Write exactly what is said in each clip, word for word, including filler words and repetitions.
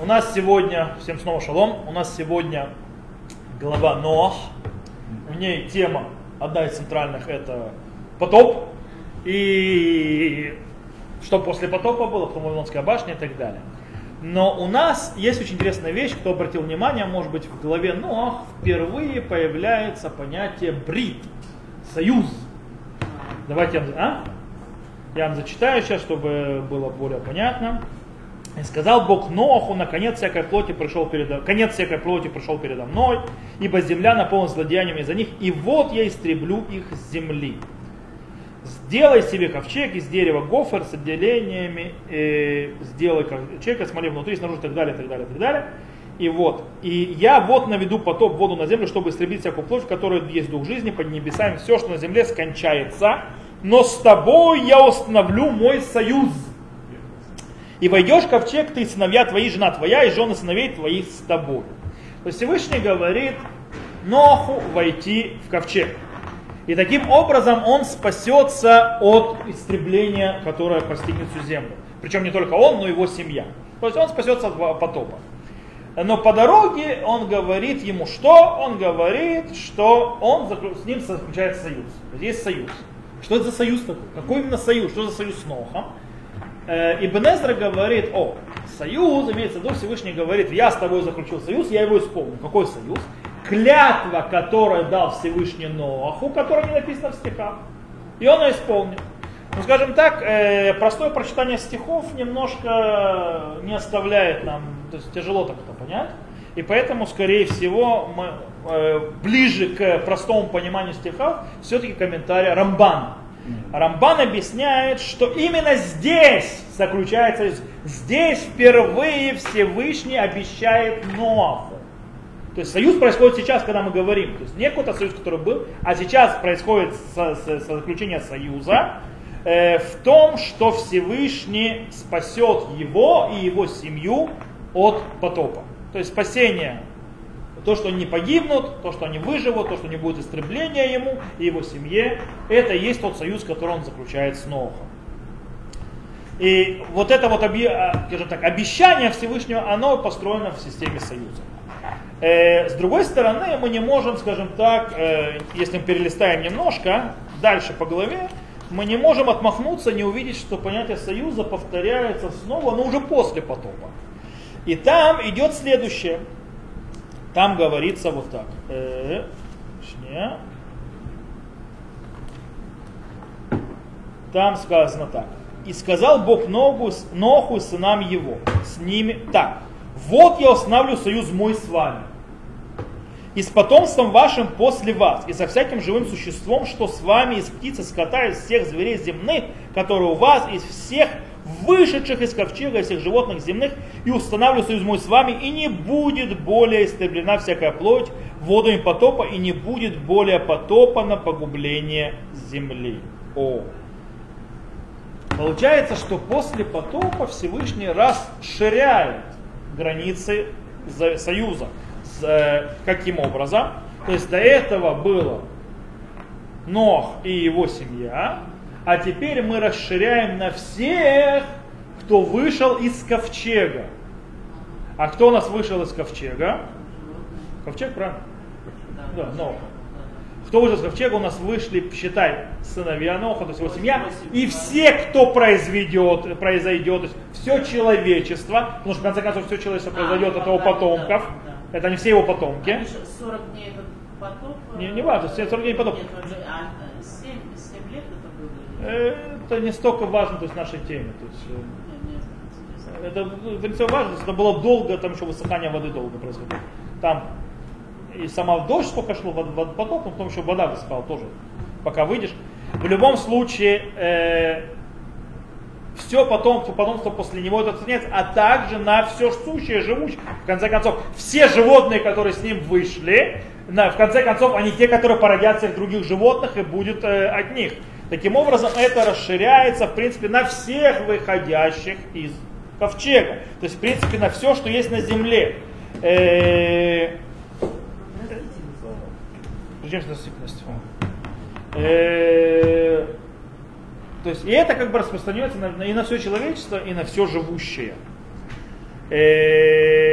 У нас сегодня, всем снова шалом, у нас сегодня глава Ноах. У ней тема, одна из центральных, это потоп. И что после потопа было, потом Вавилонская башня и так далее. Но у нас есть очень интересная вещь, кто обратил внимание, может быть, в главе Ноах впервые появляется понятие брит, союз. Давайте я вам, а? я вам зачитаю сейчас, чтобы было более понятно. И сказал Бог Ноаху: наконец всякой плоти пришел передо... конец всякой плоти пришел передо мной, ибо земля наполнена злодеяниями из-за них, и вот я истреблю их с земли. Сделай себе ковчег из дерева гофер с отделениями, э, сделай ковчег из смолы внутри, снаружи, и так далее, и так далее, и так далее. И вот, и я вот наведу потоп, воду на землю, чтобы истребить всякую плоть, в которой есть дух жизни, под небесами, все, что на земле, скончается, но с тобой я установлю мой союз. И войдешь в ковчег, ты, сыновья твои, жена твоя, и жены сыновей твоих с тобой. То есть Всевышний говорит Ноаху войти в ковчег. И таким образом он спасется от истребления, которое постигнет всю землю. Причем не только он, но и его семья. То есть он спасется от потопа. Но по дороге он говорит ибн что? Он говорит, что он, с ним заключает союз. То есть есть союз. Что это за союз такой? Какой именно союз? Что за союз с Ноахом? Ибн Эзра говорит, о, союз, имеется в виду, Всевышний говорит, я с тобой заключил союз, я его исполню. Какой союз? Клятва, которую дал Всевышний Ноаху, которая не написана в стихах. И он ее исполнил. Ну, скажем так, простое прочитание стихов немножко не оставляет нам, то есть тяжело так это понять. И поэтому, скорее всего, мы ближе к простому пониманию стихов все-таки комментарий Рамбана. Рамбан объясняет, что именно здесь заключается, здесь впервые Всевышний обещает Ноаху. То есть союз происходит сейчас, когда мы говорим. То есть не какой-то союз, который был, а сейчас происходит со, со, со заключение союза э, в том, что Всевышний спасет его и его семью от потопа. То есть спасение. То, что они не погибнут, то, что они выживут, то, что не будет истребления ему и его семье, это и есть тот союз, который он заключает с Ноахом. И вот это вот скажем так, обещание Всевышнего, оно построено в системе союза. Э, с другой стороны, мы не можем, скажем так, э, если мы перелистаем немножко, дальше по главе, мы не можем отмахнуться, не увидеть, что понятие союза повторяется снова, но уже после потопа. И там идет следующее. Там говорится вот так. Э, Там сказано так. И сказал Бог Ноаху и сынам его, с ними так. Вот я устанавливаю союз мой с вами. И с потомством вашим после вас, и со всяким живым существом, что с вами, из птиц, из скота, из всех зверей земных, которые у вас, из всех вышедших из ковчега, из всех животных земных, и устанавливаю союз мой с вами, и не будет более истреблена всякая плоть водами потопа, и не будет более потопа на погубление земли. О. Получается, что после потопа Всевышний расширяет границы союза. Каким образом? То есть до этого было Ноах и его семья, а теперь мы расширяем на всех, кто вышел из ковчега. А кто у нас вышел из ковчега? Ковчег, правильно? Да, Ноах. Кто вышел из ковчега, у нас вышли, считай, сыновья Ноаха, то есть его семья, и все, кто произведет, произойдет, то есть все человечество, потому что в конце концов все человечество произойдет от его потомков, это не все его потомки. сорок дней это потоп? Не, не важно, сорок дней потоп. Нет, а семь, семь лет это было? Это не столько важно, то есть, нашей теме. То есть, это, это не все важно, то есть, это было долго, там еще высыхание воды долго происходило. Там и сама дождь сколько шло, потоп, но потом еще вода высыхала тоже, пока выйдешь. В любом случае, э, все потомство, потомство после него это ценится, а также на все сущее, живущее. В конце концов, все животные, которые с ним вышли, на, в конце концов, они те, которые породят всех других животных и будет э, от них. Таким образом, это расширяется, в принципе, на всех выходящих из ковчега. То есть, в принципе, на все, что есть на земле. Э, Э, то есть, и это как бы распространяется на, и на все человечество, и на все живущее. Э,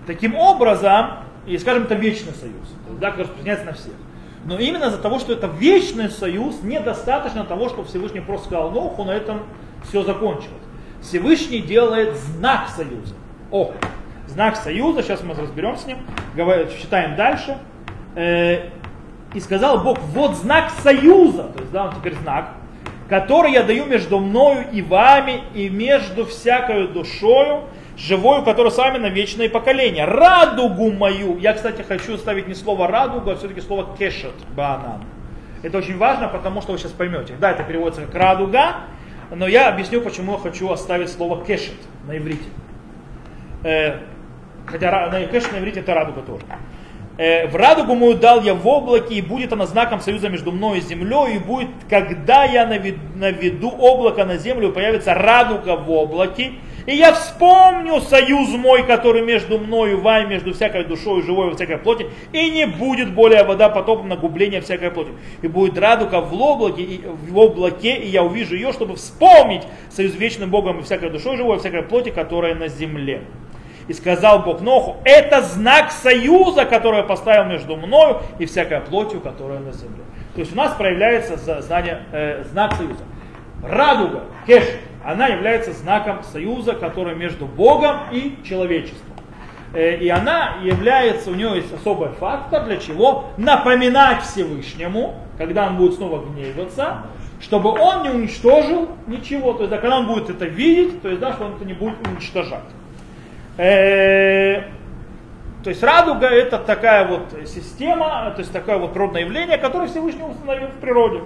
Таким образом, и скажем, это вечный союз, то есть, да, который распространяется на всех. Но именно из-за того, что это вечный союз, недостаточно того, чтобы Всевышний просто сказал Ноху, на этом все закончилось. Всевышний делает знак союза. О, знак союза, сейчас мы разберем с ним, читаем дальше. И сказал Бог, вот знак союза, то есть, да, он теперь знак, который я даю между мною и вами, и между всякою душою, живою, которая с вами на вечное поколение. Радугу мою. Я, кстати, хочу ставить не слово радуга, а все-таки слово кешет, банан. Это очень важно, потому что вы сейчас поймете. Да, это переводится как радуга, но я объясню, почему я хочу оставить слово кешет на иврите. Э, хотя на кешет на иврите это радуга тоже. Э, в радугу мою дал я в облаке, и будет она знаком союза между мной и землей, и будет, когда я наведу облако на землю, появится радуга в облаке, и я вспомню союз мой, который между мною и вами, между всякой душой и живой во всякой плоти, и не будет более вода потопом на губление всякой плоти. И будет радуга в облаке, и, в облаке, и я увижу ее, чтобы вспомнить союз вечным Богом и всякой душой живой во всякой плоти, которая на земле. И сказал Бог Ноху, это знак союза, который я поставил между мною и всякой плотью, которая на земле. То есть у нас проявляется знание, э, знак союза. Радуга, кеш, она является знаком союза, который между Богом и человечеством. И она является, у нее есть особый фактор, для чего? Напоминать Всевышнему, когда он будет снова гневаться, чтобы он не уничтожил ничего. То есть, да, когда он будет это видеть, то есть, да, что он это не будет уничтожать. То есть радуга это такая вот система, то есть такое вот природное явление, которое Всевышний установил в природе.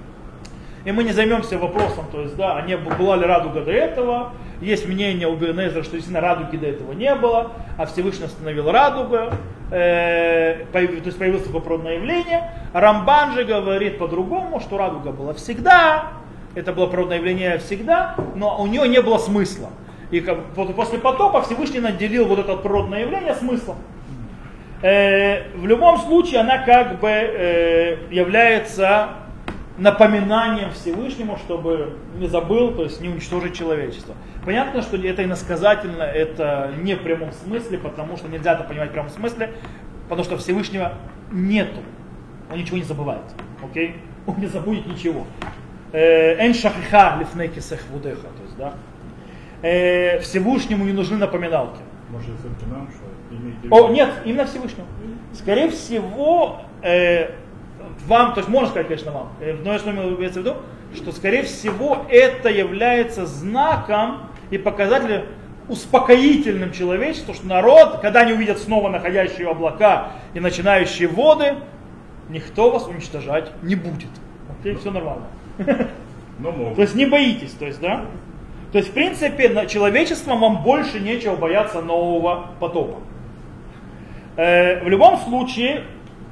И мы не займемся вопросом, то есть, да, а не была ли радуга до этого. Есть мнение у Бен Эзра, что действительно радуги до этого не было, а Всевышний установил радугу, э, появ, то есть появилось такое природное явление. Рамбан же говорит по-другому, что радуга была всегда, это было природное явление всегда, но у нее не было смысла. И после потопа Всевышний наделил вот это природное явление смыслом. Э, в любом случае она как бы э, является напоминанием Всевышнему, чтобы не забыл, то есть не уничтожить человечество. Понятно, что это иносказательно, это не в прямом смысле, потому что нельзя это понимать в прямом смысле, потому что Всевышнего нету, он ничего не забывает, окей? Он не забудет ничего. Эн шахиха лифней кисех вудеха, то есть, да? Э, Всевышнему не нужны напоминалки. Может, это нам, что имеете... О, нет, именно Всевышнему. Скорее всего, э, вам, то есть можно сказать, конечно, вам, но что имеется в виду, что скорее всего это является знаком и показателем успокоительным человечеству, что народ, когда они увидят снова находящие облака и начинающие воды, никто вас уничтожать не будет. Окей, все нормально. Но могут. То есть не боитесь, то есть, да? То есть, в принципе, человечеством вам больше нечего бояться нового потопа. Э, в любом случае,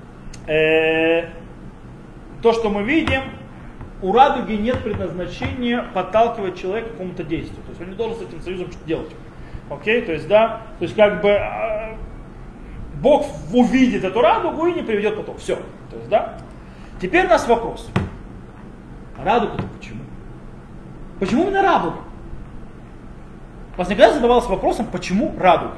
э, то, что мы видим, у радуги нет предназначения подталкивать человека к какому-то действию. То есть он не должен с этим союзом что-то делать. Окей, то есть, да, то есть как бы э, Бог увидит эту радугу и не приведет потоп. Все. То есть, да. Теперь у нас вопрос. Радуга-то почему? Почему именно радуга? Вас никогда задавалось вопросом, почему радуга?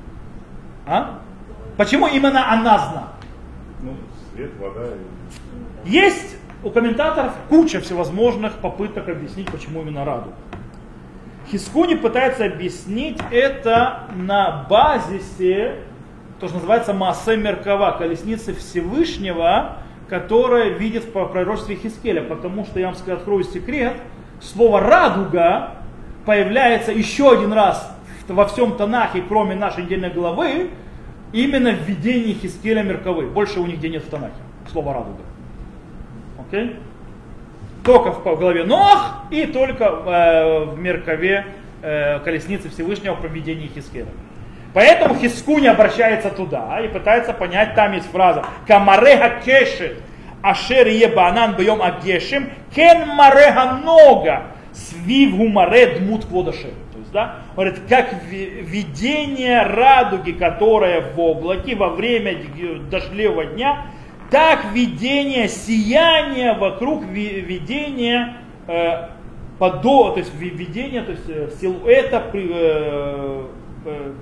А? Почему именно она знак? Ну, свет, вода. И... Есть у комментаторов куча всевозможных попыток объяснить, почему именно радуга. Хискуни пытается объяснить это на базисе, то, что называется Маасе Меркава, колесницы Всевышнего, которая видит в пророчестве Хискеля. Потому что, я вам открою секрет, слово радуга появляется еще один раз во всем Танахе, кроме нашей недельной главы, именно в видении Хискеля Меркавы. Больше у них нигде нет в Танахе слова радуга. Окей? Только в главе Ноах и только э, в Меркаве э, колесницы Всевышнего по видению Хискеля. Поэтому Хискуни обращается туда и пытается понять, там есть фраза «Камареха кешет ашер ебанан бьем агешем кен мареха нога свив гумаре дмут кводашер». То есть, да, говорит, как видение радуги, которая в облаке во время дождливого дня, так видение сияния вокруг видения э, подо, то есть видение, то есть силуэта э, э,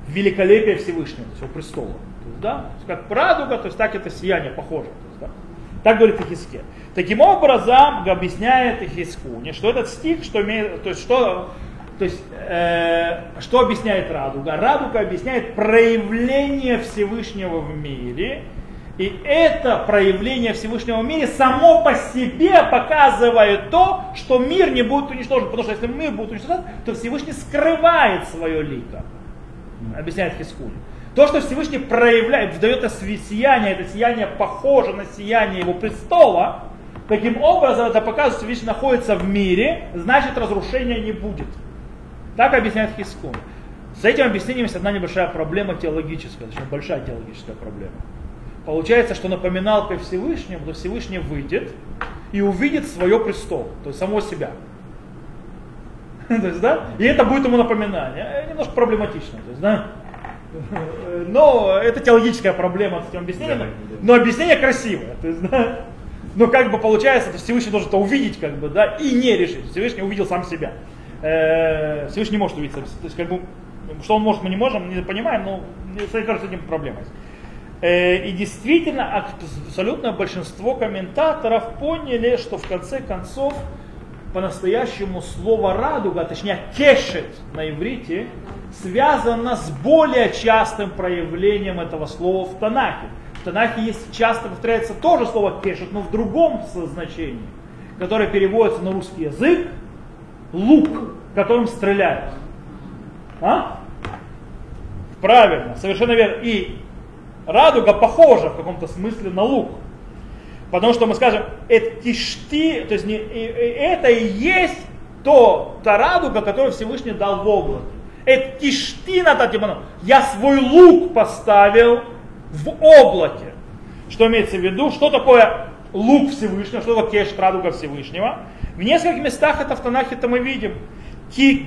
великолепие Всевышнего, то есть его престола. То есть, да? То есть, как радуга, то есть так это сияние похоже. То есть, да? Так говорит Ихискель. Таким образом объясняет Ихискуни, что этот стих, что имеет, то есть что, то есть, э, что объясняет радуга? Радуга объясняет проявление Всевышнего в мире. И это проявление Всевышнего в мире само по себе показывает то, что мир не будет уничтожен. Потому что если мир будет уничтожен, то Всевышний скрывает свое лико. Объясняет Хискуль. То, что Всевышний проявляет, дает это сияние, это сияние похоже на сияние его престола, таким образом это показывает, что Всевышний находится в мире, значит разрушения не будет. Так объясняет Хискуль. С этим объяснением есть одна небольшая проблема теологическая, точнее большая теологическая проблема. Получается, что напоминалкой Всевышнему, то Всевышний выйдет и увидит свое престол, то есть само себя. То есть, да? И это будет ему напоминание. Немножко проблематично. То есть, да? Но это теологическая проблема с этим объяснением. Но объяснение красивое. То есть, да? Но как бы получается, то Всевышний должен это увидеть, как бы, да, и не решить. Всевышний увидел сам себя. Всевышний не может увидеть сам себя. То есть, как бы, что он может, мы не можем, не понимаем, но с этим проблема есть. И действительно, абсолютное большинство комментаторов поняли, что в конце концов по-настоящему слово радуга, точнее кешет на иврите, связано с более частым проявлением этого слова в Танахе. В Танахе есть часто повторяется тоже слово кешет, но в другом значении, которое переводится на русский язык, лук, которым стреляют. А? Правильно, совершенно верно. И радуга похожа в каком-то смысле на лук. Потому что мы скажем, это тишти, то есть не, это и есть то, та радуга, которую Всевышний дал в облаке. Это тишти на татиману. Я свой лук поставил в облаке. Что имеется в виду? Что такое лук Всевышнего? Что такое кеш, радуга Всевышнего? В нескольких местах это в Танахе-то мы видим. Ки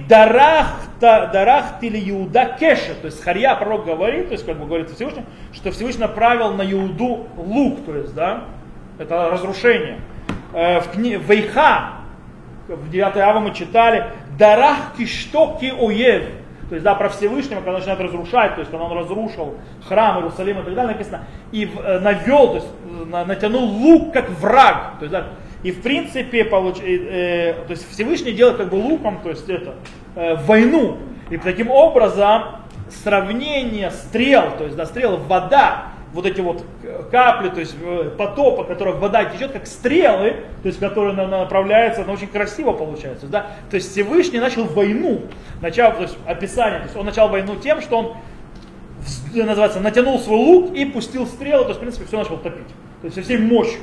дарах тили Иуда кеша, то есть Харья пророк говорит, то есть как бы говорит Всевышний, что Всевышний направил на Иуду лук, то есть, да, это разрушение. В книге Вейха, в девятой аве мы читали, дарах кишто ки оев, то есть, да, про Всевышнего, когда начинает разрушать, то есть, когда он разрушил храм Иерусалима и так далее, написано, и навел, то есть, натянул лук как враг, то есть, да. И в принципе, получ... э, то есть Всевышний делает как бы луком, то есть это, э, войну. И таким образом сравнение стрел, то есть да, стрелы, вода, вот эти вот капли, то есть потопа, которых вода течет, как стрелы, то есть которые направляются, она очень красиво получается. Да? То есть Всевышний начал войну, начал, то есть описание, то есть он начал войну тем, что он называется, натянул свой лук и пустил стрелы, то есть в принципе все начал топить, то есть со всей мощью.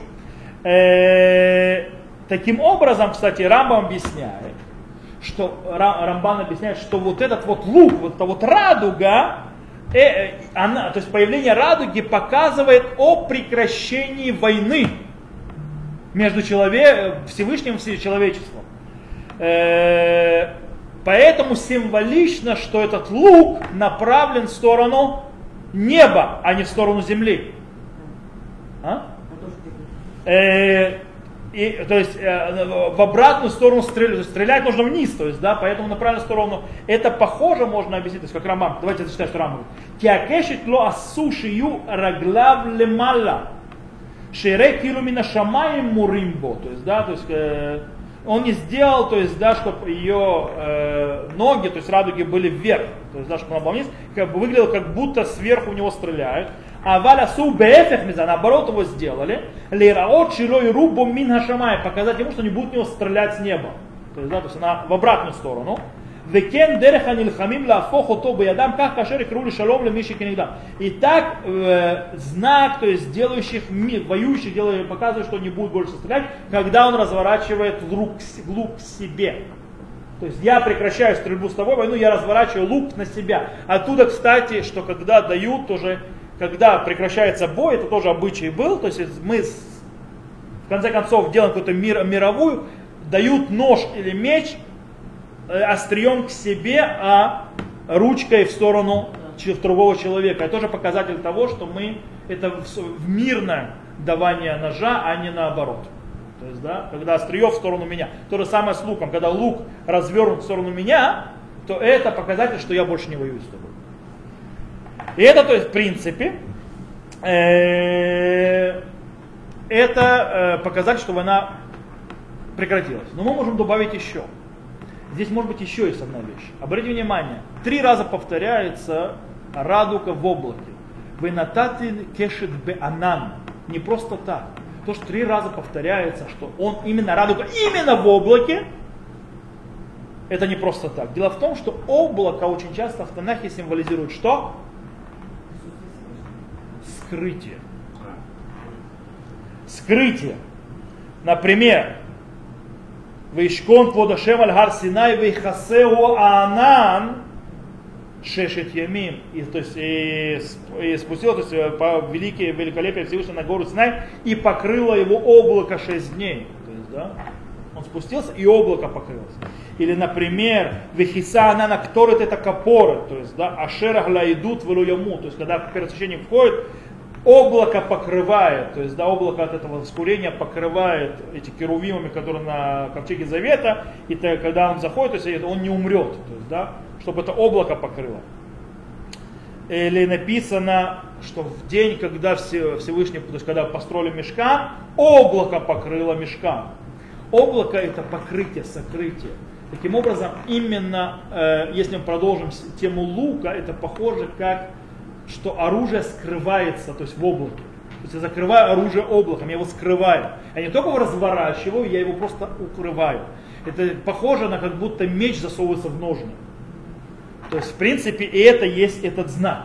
Таким образом, кстати, Рамбам объясняет, что Рамбан объясняет, что вот этот вот лук, вот эта вот радуга, э, она, то есть появление радуги показывает о прекращении войны между человек, Всевышним и человечеством. Э, поэтому символично, что этот лук направлен в сторону неба, а не в сторону земли. А? Э, и, то есть э, в обратную сторону стрелять, стрелять нужно вниз, то есть, да, поэтому на правильную сторону это похоже можно объяснить, то есть как Рамбам. Давайте я зачитаю, что Рамбам говорит. Киакешет ло асу шию раглав лемала, шере килу мина шамаим муримбо, то есть, да, то есть э, он не сделал, то есть, да, чтобы ее э, ноги, то есть радуги были вверх, то есть, да, чтобы она была вниз, как бы выглядело, как будто сверху у него стреляют. А валясу бефех миза, наоборот его сделали, лираот широй рубу мин хашамай, показать ему, что не будут в него стрелять с неба. То есть, да, то есть она в обратную сторону. Векен дереха нильхамим лафох ото беядам, как кашер икрули шалом лемиши кенегдам. И так э, знак, то есть делающих, воюющих, делающих, показывает, что не будет больше стрелять, когда он разворачивает лук, лук к себе. То есть я прекращаю стрельбу с тобой, войну, я разворачиваю лук на себя. Оттуда, кстати, что когда дают тоже, когда прекращается бой, это тоже обычай был, то есть мы в конце концов делаем какую-то мир, мировую, дают нож или меч острием к себе, а ручкой в сторону другого человека. Это тоже показатель того, что мы, это в мирное давание ножа, а не наоборот. То есть, да, когда острие в сторону меня. То же самое с луком. Когда лук развернут в сторону меня, то это показатель, что я больше не воюю с тобой. И это, то есть, в принципе, э, это э, показатель, что война прекратилась. Но мы можем добавить еще. Здесь может быть еще есть одна вещь. Обратите внимание, три раза повторяется радуга в облаке. Венатати кешет беанан. Не просто так. То, что три раза повторяется, что он именно радуга, именно в облаке, это не просто так. Дело в том, что облако очень часто в Танахе символизирует что? Скрытие. Скрытие. Например, Вейшкон плодашем аль-гар Синай вейхасеу аанан шешет ямим. И, то есть, и, и спустил, то есть, по великие, великолепие Всевышнего на гору Синай и покрыло его облако шесть дней. То есть, да, он спустился и облако покрылось. Или, например, вехиса анана кторет это капоры, то есть, да, ашера глаидут велуяму, то есть, когда первосвященник входит, облако покрывает, то есть, да, облако от этого воскурения покрывает эти керувимами, которые на ковчеге завета, и то, когда он заходит, то есть, он не умрет, то есть, да, чтобы это облако покрыло. Или написано, что в день, когда Всевышний, то есть, когда построили мишкан, облако покрыло мишкан. Облако это покрытие, сокрытие. Таким образом, именно, э, если мы продолжим тему лука, это похоже, как что оружие скрывается, то есть в облаке. То есть я закрываю оружие облаком, я его скрываю. Я не только его разворачиваю, я его просто укрываю. Это похоже на как будто меч засовывается в ножны. То есть, в принципе, и это есть этот знак.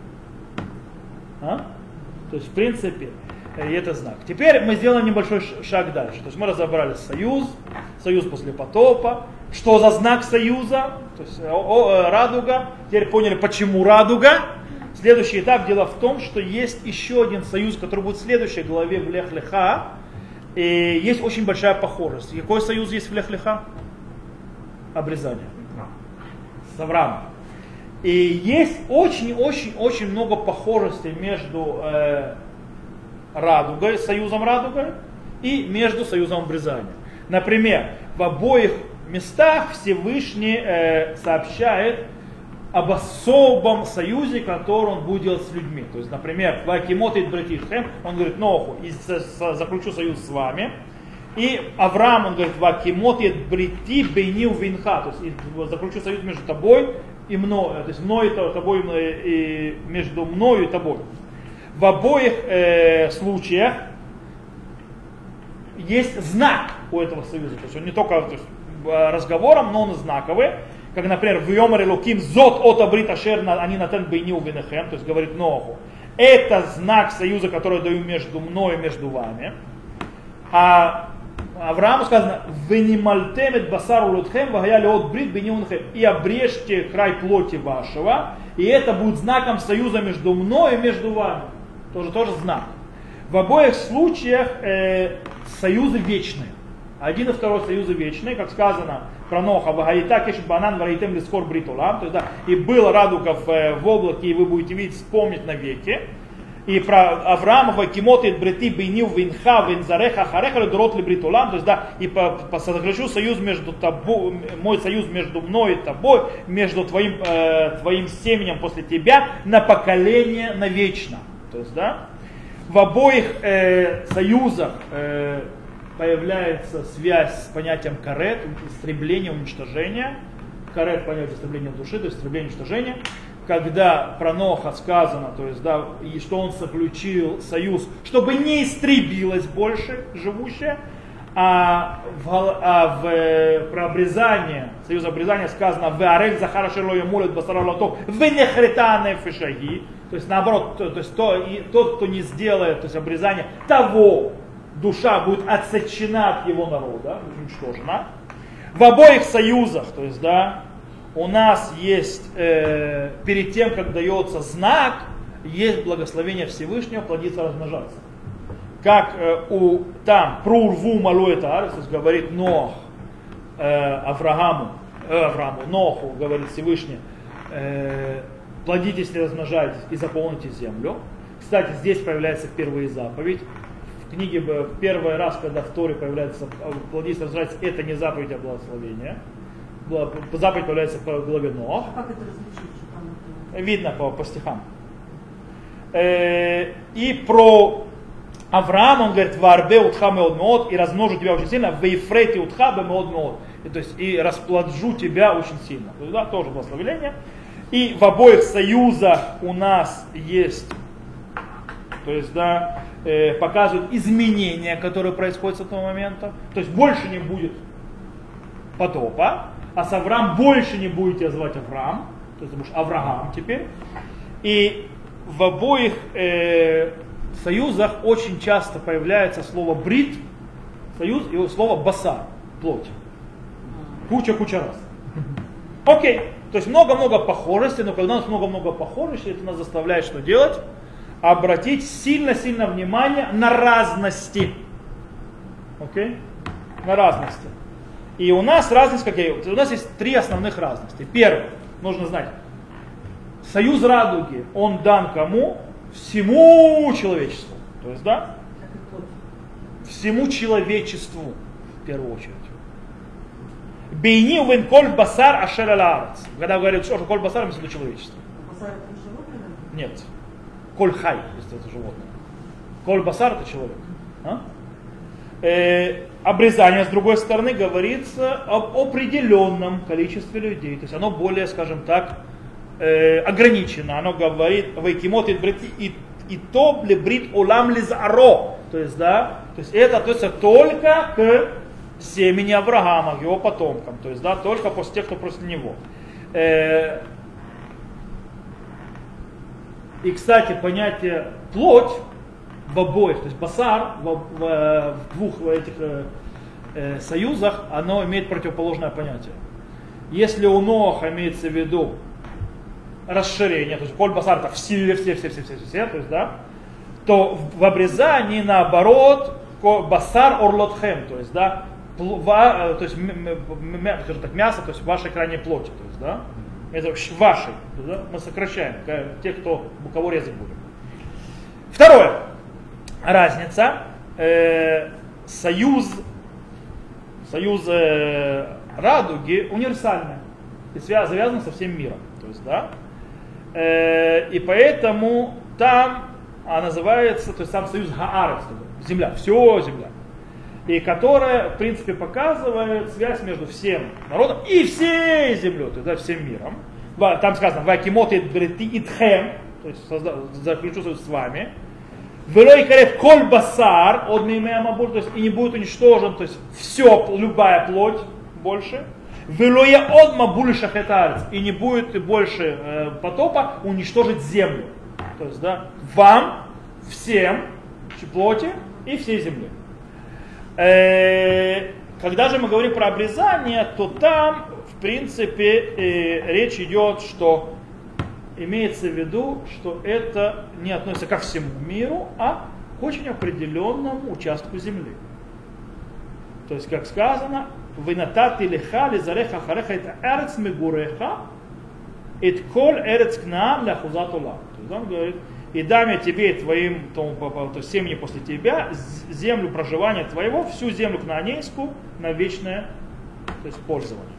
А? То есть, в принципе, и это знак. Теперь мы сделаем небольшой шаг дальше. То есть мы разобрали союз, союз после потопа. Что за знак союза? То есть о, о, радуга. Теперь поняли, почему радуга. Следующий этап, дело в том, что есть еще один союз, который будет в следующей главе в Лех-Леха. И есть очень большая похожесть. Какой союз есть в Лех-Леха? Обрезание. С Авраамом. И есть очень-очень-очень много похожестей между э, радугой, союзом радугой и между союзом обрезания. Например, в обоих местах Всевышний э, сообщает об особом союзе, который он будет делать с людьми. То есть, например, «Вакимот ит братитхем», он говорит: «Ноху, заключу союз с вами». И Авраам, он говорит: «Вакимот ит брити бейни винха», то есть заключу союз между тобой и мной, то есть мной и тобой, и между мною и тобой. В обоих э, случаях есть знак у этого союза. То есть он не только то есть, разговором, но он знаковый. Как, например, в Йомар Элоким зот от абрит ашер они натен бейни увинехем, то есть говорит Ноху. Это знак союза, который я даю между мной и между вами. А Аврааму сказано: «Венимальтемет басару лутхем вагаяли от брит бейни увинехем». И обрежьте край плоти вашего, и это будет знаком союза между мной и между вами. Тоже, тоже знак. В обоих случаях э, союзы вечные. Один и второй союзы вечные, как сказано про Ноха: «Вагаита кешет банан вараитем лискор бритулам». То есть, да, и был радуга в, в облаке, и вы будете видеть, вспомнить навеки. И про Авраама: «Вакимот ит брити бейнив винха винзареха хареха ледурот лебритулам». То есть, да, и по, по, заключу союз между тобой, мой союз между мной и тобой, между твоим, э, твоим семенем после тебя на поколение навечно. То есть, да, в обоих э, союзах э, появляется связь с понятием карет, истребление, уничтожение. Карет — понятие истребления души, то есть истребление, уничтожение. Когда про Ноха сказано, то есть, да, и что он заключил союз, чтобы не истребилось больше живущее, а в, а в про обрезание, союз обрезания сказано: «Веарель захара шерло ямулет басара лото венехрета нефешаги». То есть наоборот, то, то есть то, и тот, кто не сделает, то есть обрезание, того душа будет отсечена от его народа, уничтожена. В обоих союзах, то есть, да, у нас есть, э, перед тем, как дается знак, есть благословение Всевышнего плодиться, размножаться. Как э, у там прурву малуэта арес, то есть говорит Нох э, Аврааму, э, Аврааму, Ноху, говорит Всевышний: э, плодитесь и размножайтесь и заполните землю. Кстати, здесь появляется впервые заповедь. В книге в первый раз, когда в Торе появляется плодитесь и размножайтесь, это не заповедь, а благословение. Заповедь появляется по главе Ноах. Как это различить? Видно по, по стихам. Э, и про Авраама он говорит, варбе утха меод меод, и размножу тебя очень сильно, вейфрейти утха бе меод меод, то есть и расплоджу тебя очень сильно. То есть, да, тоже благословение. И в обоих союзах у нас есть, то есть, да, э, показывают изменения, которые происходят с этого момента. То есть больше не будет потопа, а с Авраам больше не будете звать Авраам, то есть будешь Авраам теперь. И в обоих э, союзах очень часто появляется слово брит, союз, и слово басар, плоть. Куча-куча раз. Окей, то есть много-много похожести, но когда у нас много-много похожести, это нас заставляет что делать? Обратить сильно-сильно внимание на разности. Окей? На разности. И у нас разность какие? У нас есть три основных разности. Первое, нужно знать. Союз радуги, он дан кому? Всему человечеству. То есть, да? Всему человечеству, в первую очередь. Бейни увен коль басар ашер алаарец. Когда говорят, что коль басар, имеется в виду человечество. Басар это животное? Нет. Коль хай, если это животное. Коль басар это человек. А? Э, обрезание, с другой стороны, говорится об определенном количестве людей. То есть оно более, скажем так, э, ограничено. Оно говорит, вайкимот и и то брит олам лизаро. То есть, да, то есть это относится только к семени Авраама, к его потомкам. То есть, да, только после тех, кто после него. Э, и, кстати, понятие плоть в обоих, то есть басар в, в, в двух этих э, э, союзах, оно имеет противоположное понятие. Если у Ноаха имеется в виду расширение, то есть коль басар это все, все, все, все, все, все, то есть, да, то в, в обрезании наоборот басар орлотхем, то есть, да, пл, то есть, м, м, м, так, мясо, то есть вашей крайней плоти, то есть, да, это вашей, да, мы сокращаем, те, кто, у кого резать будем. Второе. Разница, э, союз, союз э, радуги универсальный, и связ, завязан со всем миром. То есть, да, э, и поэтому там а, называется, то есть сам союз Гаарец, земля, все земля, и которая, в принципе, показывает связь между всем народом и всей землей, то есть, да, всем миром. Там сказано, вакимот итхем, то есть заключу союз с вами. Велой карет коль басар от мимея мабур, то есть и не будет уничтожен, то есть все, любая плоть больше. Велоя от мабули шахетарец, и не будет больше э, потопа уничтожить землю. То есть, да, вам, всем, плоти и всей земле. Э, когда же мы говорим про обрезание, то там, в принципе, э, речь идет, что имеется в виду, что это не относится ко всему миру, а к очень определенному участку земли. То есть, как сказано, «Вынатати лиха лизареха хареха это эрец мегуреха, эт коль эрец к нам ля хузат улам». То есть, он говорит, «И дам я тебе и твоим, то, то есть, семьи после тебя, землю проживания твоего, всю землю кнаанейскую на вечное, то есть, пользование».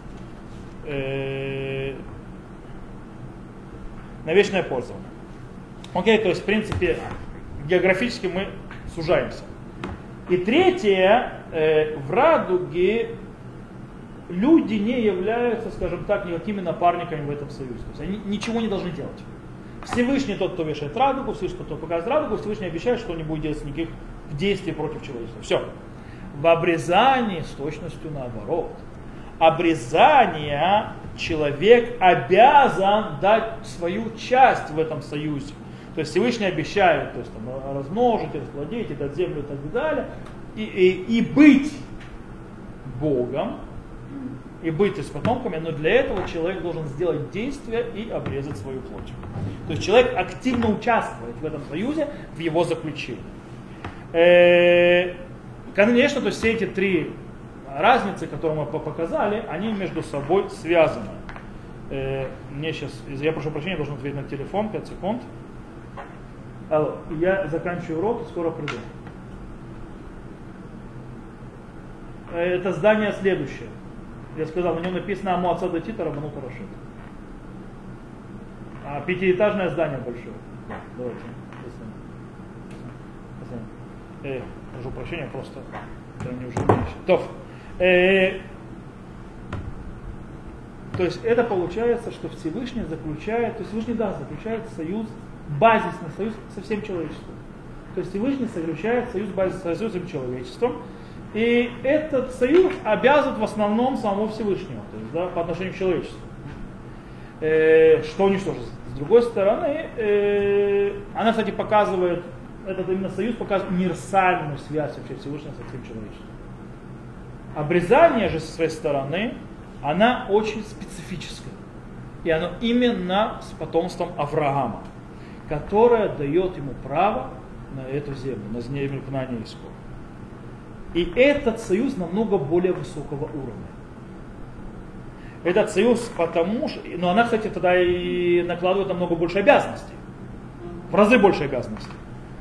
На вечное пользование. Окей, то есть, в принципе, географически мы сужаемся. И третье, э, в радуге люди не являются, скажем так, никакими напарниками в этом союзе. То есть они ничего не должны делать. Всевышний тот, кто вешает радугу, Всевышний, кто показывает радугу, Всевышний обещает, что он не будет делать никаких действий против человечества. Все. В обрезании с точностью наоборот. Обрезание человек обязан дать свою часть в этом союзе. То есть Всевышний обещает, то есть, там, размножить, расплодить, дать землю и так далее. И, и, и быть Богом, и быть с потомками, но для этого человек должен сделать действие и обрезать свою плоть. То есть человек активно участвует в этом союзе, в его заключении. Э, конечно, то есть все эти три разницы, которые мы показали, они между собой связаны. Э, мне сейчас, я прошу прощения, я должен ответить на телефон, пять секунд. Алло, я заканчиваю урок, скоро приду. Э, это здание следующее. Я сказал, на нем написано Амуацада Тита Рабанут Рашид. А пятиэтажное здание большое. Давайте. Э, прошу прощения, просто это мне уже меньше. То, э, то есть это получается, что Всевышний заключает, то есть Всевышний, да, заключает союз, базисный союз со всем человечеством. То есть Всевышний заключает союз базисный со всем человечеством. И этот союз обязывает в основном самого Всевышнего, то есть, да, по отношению к человечеству. Э, что уничтожить. С другой стороны, э, она, кстати, показывает, этот именно союз показывает универсальную связь вообще Всевышнего со всем человечеством. Обрезание же со своей стороны, она очень специфическая. И оно именно с потомством Авраама, которое дает ему право на эту землю, на землю Кнаанейскую. И этот союз намного более высокого уровня. Этот союз потому что, но она, кстати, тогда и накладывает намного больше обязанностей, в разы больше обязанностей.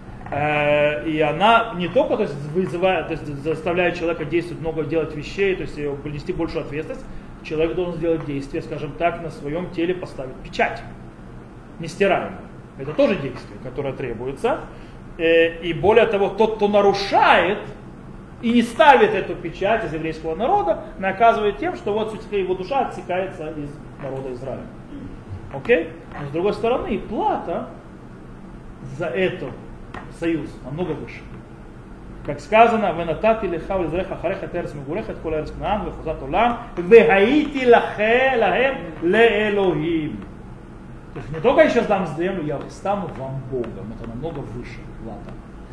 И она не только, то есть, вызывает, то есть, заставляет человека действовать, много делать вещей, то есть принести большую ответственность, человек должен сделать действие, скажем так, на своем теле поставить печать, нестираемую. Это тоже действие, которое требуется. И более того, тот, кто нарушает и не ставит эту печать из еврейского народа, наказывает тем, что вот его душа отсекается из народа Израиля. Окей? Но с другой стороны, и плата за этот союз намного выше. Как сказано, «Венатати леха улизреха хареха терес мегуреха эт кол эрец Кнаан вехузат олам вегаити лахем леэлохим». То есть не только я сейчас дам землю, я стану вам Богом. Это намного выше плата.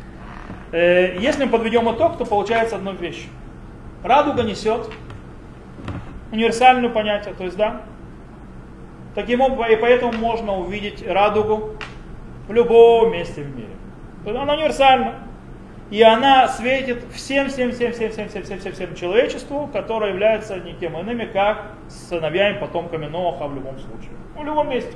Если мы подведем итог, то получается одна вещь. Радуга несет универсальное понятие, то есть, да, таким образом, и поэтому можно увидеть радугу в любом месте в мире. То есть она универсальна. И она светит всем, всем, всем, всем, всем, всем, всем, всем, всем человечеству, которое является никем иными, как сыновьями, потомками Ноаха в любом случае. В любом месте.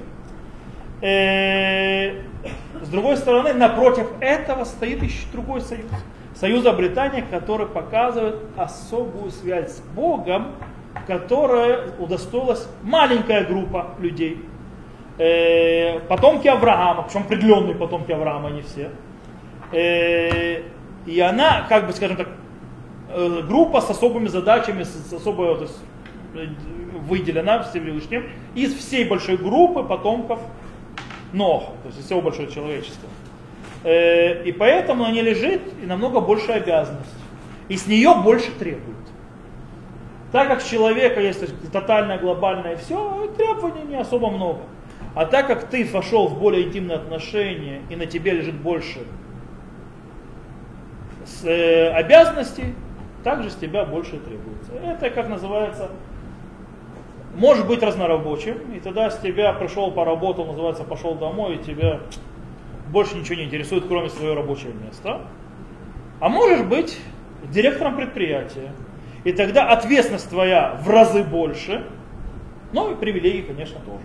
С другой стороны, напротив этого стоит еще другой союз. Союз обретания, который показывает особую связь с Богом, которая удостоилась маленькая группа людей. Потомки Авраама, причем определенные потомки Авраама, не все. И она, как бы, скажем так, группа с особыми задачами, с особой, то есть, выделена Всевышним из всей большой группы потомков Ноха, то есть из всего большого человечества. И поэтому на ней лежит и намного больше обязанностей. И с нее больше требуют. Так как с человека есть, то есть, тотальное, глобальное все, требований не особо много. А так как ты вошел в более интимные отношения и на тебе лежит больше с, э, обязанностей, также с тебя больше требуется. Это, как называется, может быть разнорабочим, и тогда с тебя пришел, поработал, называется, пошел домой, и тебя больше ничего не интересует, кроме своего рабочего места. А можешь быть директором предприятия, и тогда ответственность твоя в разы больше, ну и привилегии, конечно, тоже.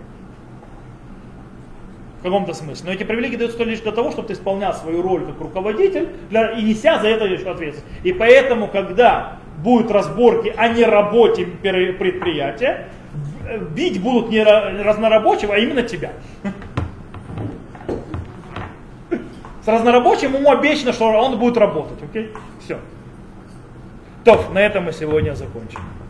В каком-то смысле. Но эти привилегии даются лишь для того, чтобы ты исполнял свою роль как руководитель для, и неся за это еще ответственность. И поэтому, когда будут разборки о неработе предприятия, бить будут не разнорабочего, а именно тебя. С разнорабочим ему обещано, что он будет работать. Окей? Все. То, на этом мы сегодня закончим.